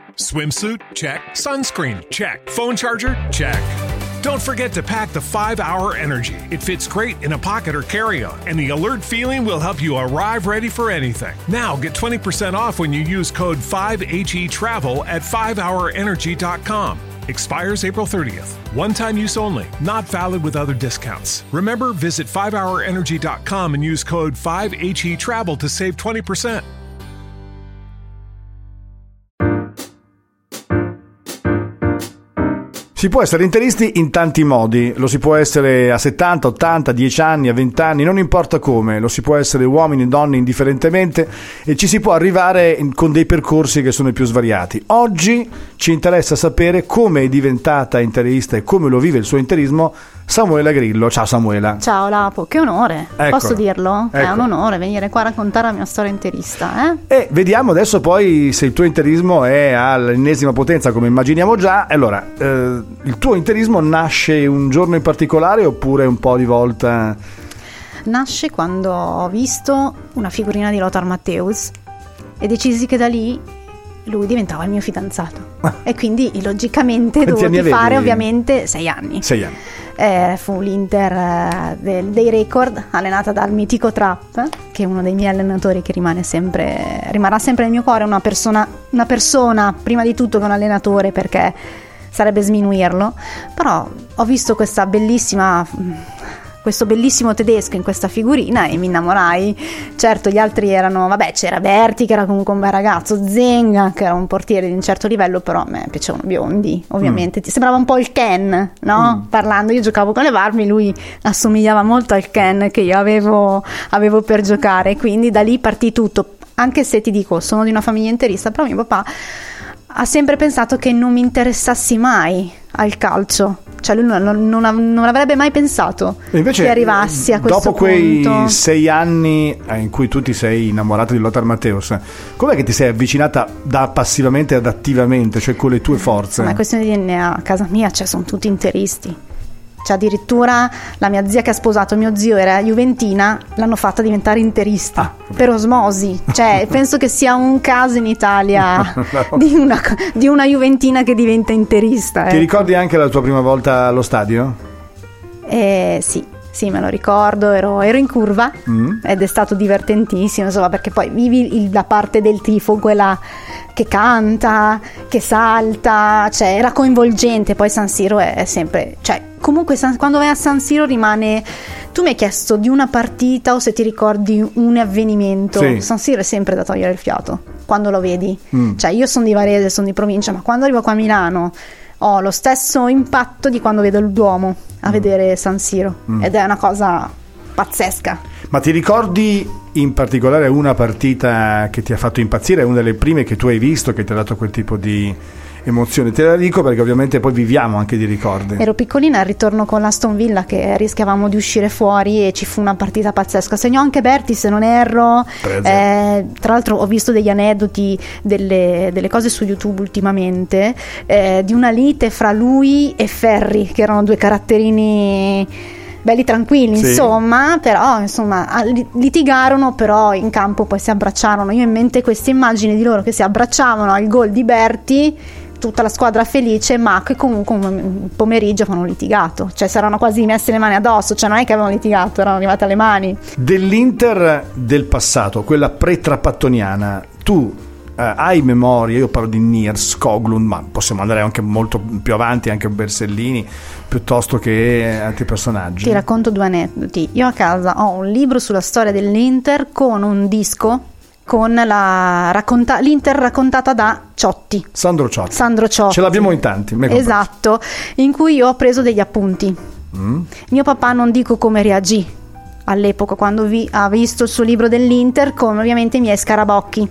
Swimsuit? Check. Sunscreen? Check. Phone charger? Check. Don't forget to pack the 5-Hour Energy. It fits great in a pocket or carry-on, and the alert feeling will help you arrive ready for anything. Now get 20% off when you use code 5HETRAVEL at 5hourenergy.com. Expires April 30th. One-time use only. Not valid with other discounts. Remember, visit 5hourenergy.com and use code 5HETRAVEL to save 20%. Si può essere interisti in tanti modi, lo si può essere a 70, 80, 10 anni, a 20 anni, non importa come, lo si può essere uomini, donne, indifferentemente, e ci si può arrivare con dei percorsi che sono i più svariati. Oggi ci interessa sapere come è diventata interista e come lo vive il suo interismo Samuela Grillo. Ciao Samuela. Ciao Lapo, che onore, posso dirlo? È un onore venire qua a raccontare la mia storia interista. E vediamo adesso poi se il tuo interismo è all'ennesima potenza, come immaginiamo già. Allora, il tuo interismo nasce un giorno in particolare oppure un po' di volta? Nasce quando ho visto una figurina di Lothar Matthäus e decisi che da lì lui diventava il mio fidanzato. E quindi logicamente dovevo fare ovviamente 6 anni. 6 anni. Fu l'Inter dei record, allenata dal mitico Trapp, che è uno dei miei allenatori che rimarrà sempre nel mio cuore, una persona prima di tutto che un allenatore, perché sarebbe sminuirlo. Però ho visto questo bellissimo tedesco in questa figurina e mi innamorai. Certo, gli altri erano, c'era Berti che era comunque un bel ragazzo, Zenga che era un portiere di un certo livello, però a me piacevano biondi, ovviamente. Ti sembrava un po' il Ken, no? Parlando, io giocavo con le Barbie, lui assomigliava molto al Ken che io avevo per giocare, quindi da lì partì tutto. Anche se ti dico, sono di una famiglia interista, però mio papà ha sempre pensato che non mi interessassi mai al calcio, cioè lui non avrebbe mai pensato che arrivassi a questo punto. Dopo quei 6 anni in cui tu ti sei innamorata di Lothar Matthäus, com'è che ti sei avvicinata da passivamente ad attivamente, cioè con le tue forze? Ma è questione di DNA, a casa mia sono tutti interisti. Cioè addirittura la mia zia che ha sposato mio zio era juventina, l'hanno fatta diventare interista per osmosi. Cioè penso che sia un caso in Italia di una juventina che diventa interista. Ti ricordi anche la tua prima volta allo stadio? Sì, me lo ricordo, ero in curva ed è stato divertentissimo, insomma, perché poi vivi la parte del tifo, quella che canta, che salta, cioè era coinvolgente. Poi San Siro è sempre, cioè comunque quando vai a San Siro rimane. Tu mi hai chiesto di una partita o se ti ricordi un avvenimento. Sì. San Siro è sempre da togliere il fiato quando lo vedi. Cioè io sono di Varese, sono di provincia, ma quando arrivo qua a Milano ho lo stesso impatto di quando vedo il Duomo a vedere San Siro, ed è una cosa pazzesca. Ma ti ricordi in particolare una partita che ti ha fatto impazzire, una delle prime che tu hai visto, che ti ha dato quel tipo di emozione? Te la dico perché ovviamente poi viviamo anche di ricordi. Ero piccolina al ritorno con l'Aston Villa che rischiavamo di uscire fuori e ci fu una partita pazzesca. Segnò anche Berti, se non erro. Tra l'altro ho visto degli aneddoti, delle cose su YouTube ultimamente, di una lite fra lui e Ferri, che erano due caratterini belli tranquilli, sì. Però litigarono, però in campo poi si abbracciarono. Io ho in mente queste immagini di loro che si abbracciavano al gol di Berti, tutta la squadra felice, ma che comunque un pomeriggio avevano litigato, cioè si erano quasi messe le mani addosso, cioè non è che avevano litigato, erano arrivate alle mani. Dell'Inter del passato, quella pre-trapattoniana, tu hai memoria? Io parlo di Niers, Skoglund, ma possiamo andare anche molto più avanti, anche Bersellini, piuttosto che altri personaggi. Ti racconto 2 aneddoti. Io a casa ho un libro sulla storia dell'Inter con un disco con l'Inter raccontata da Ciotti. Sandro Ciotti. Ce l'abbiamo in tanti. Esatto, in cui io ho preso degli appunti. Mio papà non dico come reagì all'epoca quando ha visto il suo libro dell'Inter, come ovviamente i miei scarabocchi.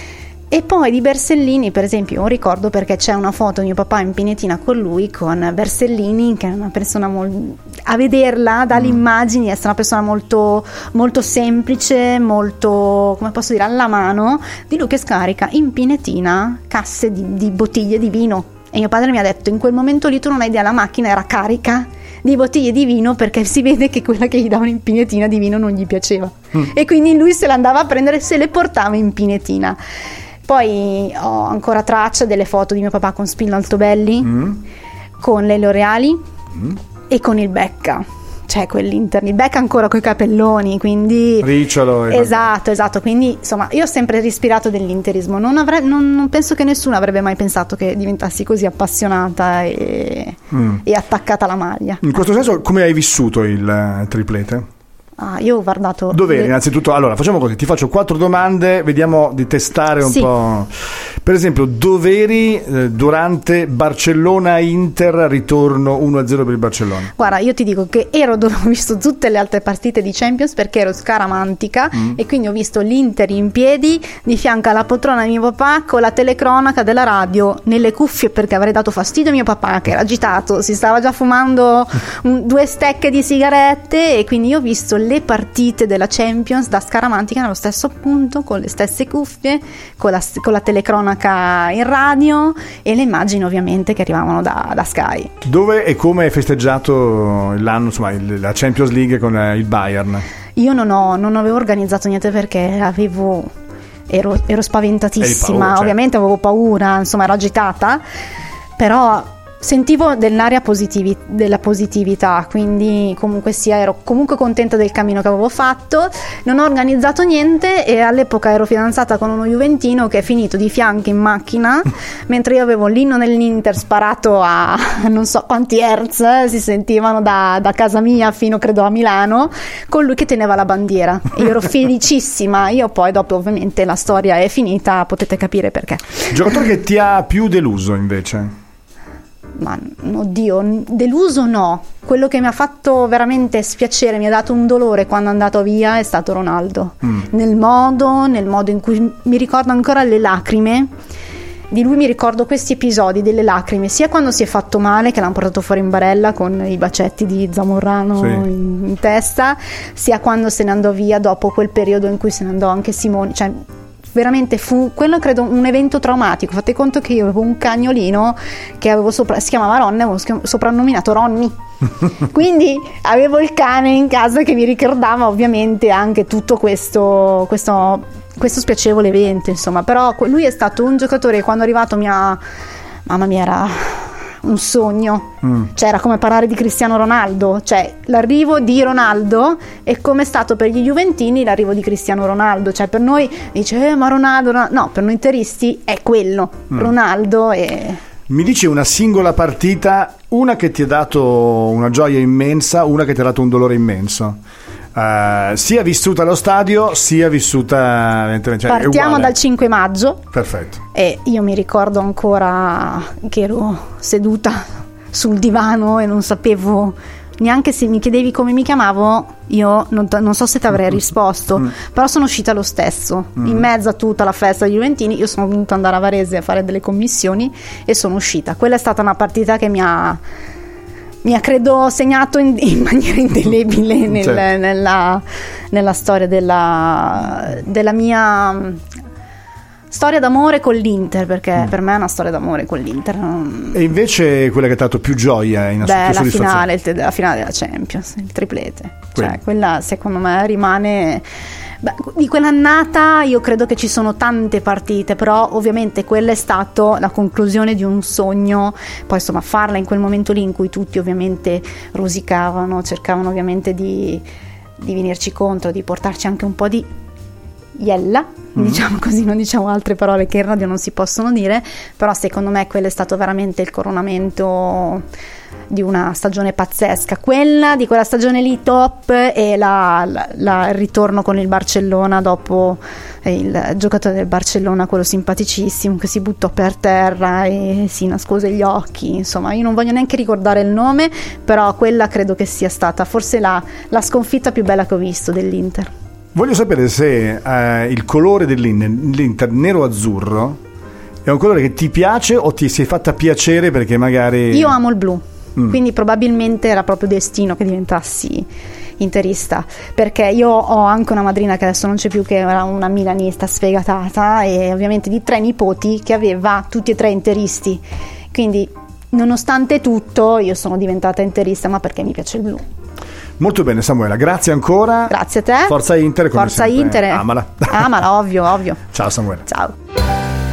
E poi di Bersellini, per esempio, un ricordo perché c'è una foto di mio papà in Pinetina con lui, con Bersellini, che è una persona a vederla dalle immagini, è una persona molto, molto semplice, molto, come posso dire, alla mano, di lui che scarica in Pinetina casse di bottiglie di vino. E mio padre mi ha detto: in quel momento lì tu non hai idea, la macchina era carica di bottiglie di vino, perché si vede che quella che gli davano in Pinetina di vino non gli piaceva, e quindi lui se la andava a prendere, se le portava in Pinetina. Poi ho ancora traccia delle foto di mio papà con Spillo Altobelli, con Lelio Reali e con il Becca. Cioè quell'Inter, il Becca ancora coi capelloni, quindi Ricciolo. Esatto, quindi insomma io ho sempre respirato dell'interismo, non penso che nessuno avrebbe mai pensato che diventassi così appassionata e attaccata alla maglia. In questo senso, come hai vissuto il triplete? Io ho guardato. Dov'eri innanzitutto? Allora, facciamo così, ti faccio 4 domande, vediamo di testare un po'. Per esempio, dov'eri durante Barcellona-Inter, ritorno 1-0 per il Barcellona? Guarda, io ti dico che ero dove ho visto tutte le altre partite di Champions, perché ero scaramantica e quindi ho visto l'Inter in piedi di fianco alla poltrona di mio papà con la telecronaca della radio nelle cuffie, perché avrei dato fastidio a mio papà che era agitato, si stava già fumando 2 stecche di sigarette, e quindi io ho visto le partite della Champions da scaramantica nello stesso punto, con le stesse cuffie, con la telecronaca in radio e le immagini ovviamente che arrivavano da Sky. Dove e come hai festeggiato l'anno, insomma, la Champions League con il Bayern? Io non avevo organizzato niente perché ero spaventatissima, certo. Ovviamente avevo paura, insomma ero agitata, però sentivo dell'aria della positività, quindi comunque sia ero comunque contenta del cammino che avevo fatto. Non ho organizzato niente e all'epoca ero fidanzata con uno juventino che è finito di fianco in macchina mentre io avevo l'inno dell'Inter sparato a non so quanti hertz si sentivano da casa mia fino credo a Milano, con lui che teneva la bandiera e io ero felicissima. Io poi dopo ovviamente la storia è finita, potete capire perché. Giocatore che ti ha più deluso invece? Ma oddio, deluso no. Quello che mi ha fatto veramente spiacere, mi ha dato un dolore quando è andato via, è stato Ronaldo. Nel modo in cui mi ricordo ancora le lacrime di lui, mi ricordo questi episodi delle lacrime, sia quando si è fatto male che l'hanno portato fuori in barella con i bacetti di Zamorrano in testa, sia quando se ne andò via dopo quel periodo in cui se ne andò anche Simone, cioè veramente fu quello credo un evento traumatico. Fate conto che io avevo un cagnolino che avevo si chiamava Ron, avevo soprannominato Ronny quindi avevo il cane in casa che mi ricordava ovviamente anche tutto questo spiacevole evento, insomma. Però lui è stato un giocatore che quando è arrivato mamma mia, era un sogno, cioè era come parlare di Cristiano Ronaldo, cioè l'arrivo di Ronaldo è come è stato per gli juventini l'arrivo di Cristiano Ronaldo, cioè per noi dice ma Ronaldo, no, per noi interisti è quello, Ronaldo. Mi dici una singola partita, una che ti ha dato una gioia immensa, una che ti ha dato un dolore immenso, sia vissuta allo stadio sia vissuta, cioè, partiamo dal 5 maggio. Perfetto. E io mi ricordo ancora che ero seduta sul divano e non sapevo neanche, se mi chiedevi come mi chiamavo io non so se ti avrei risposto, però sono uscita lo stesso. In mezzo a tutta la festa degli juventini io sono venuta andare a Varese a fare delle commissioni e sono uscita. Quella è stata una partita che mi ha credo segnato in maniera indelebile nella storia della mia storia d'amore con l'Inter, perché per me è una storia d'amore con l'Inter. E invece quella che ti ha dato più gioia in assoluto? La finale della Champions, il triplete. Cioè, quella secondo me rimane. Di quell'annata io credo che ci sono tante partite, però ovviamente quella è stata la conclusione di un sogno. Poi insomma farla in quel momento lì in cui tutti ovviamente rosicavano, cercavano ovviamente di venirci contro, di portarci anche un po' di iella, diciamo così, non diciamo altre parole che in radio non si possono dire, però secondo me quello è stato veramente il coronamento di una stagione pazzesca. Di quella stagione lì top e il ritorno con il Barcellona dopo il giocatore del Barcellona, quello simpaticissimo che si buttò per terra e si nascose gli occhi, insomma io non voglio neanche ricordare il nome, però quella credo che sia stata forse la sconfitta più bella che ho visto dell'Inter. Voglio sapere se il colore dell'Inter nero-azzurro è un colore che ti piace o ti sei fatta piacere perché magari... Io amo il blu, quindi probabilmente era proprio destino che diventassi interista, perché io ho anche una madrina che adesso non c'è più, che era una milanista sfegatata, e ovviamente di 3 nipoti che aveva tutti e 3 interisti, quindi nonostante tutto io sono diventata interista, ma perché mi piace il blu. Molto bene Samuela, grazie ancora. Grazie a te. Forza Inter, come Forza sempre. Inter. Amala. Amala, ovvio. Ciao Samuela. Ciao.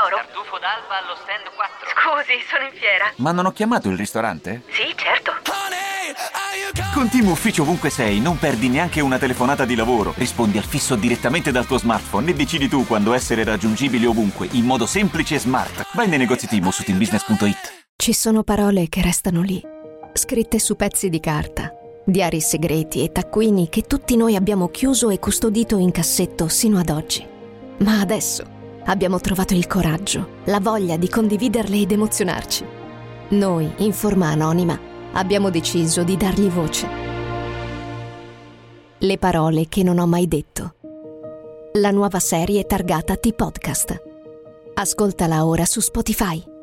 tesoro? Tartufo d'alba allo stand 4. Scusi, sono in fiera. Ma non ho chiamato il ristorante? Sì, certo. Con Team Ufficio ovunque sei, non perdi neanche una telefonata di lavoro. Rispondi al fisso direttamente dal tuo smartphone e decidi tu quando essere raggiungibile ovunque, in modo semplice e smart. Vai nei negozi Team o su teambusiness.it. Ci sono parole che restano lì, scritte su pezzi di carta, diari segreti e taccuini che tutti noi abbiamo chiuso e custodito in cassetto sino ad oggi. Ma adesso abbiamo trovato il coraggio, la voglia di condividerle ed emozionarci. Noi, in forma anonima, abbiamo deciso di dargli voce. Le parole che non ho mai detto. La nuova serie targata T-Podcast. Ascoltala ora su Spotify.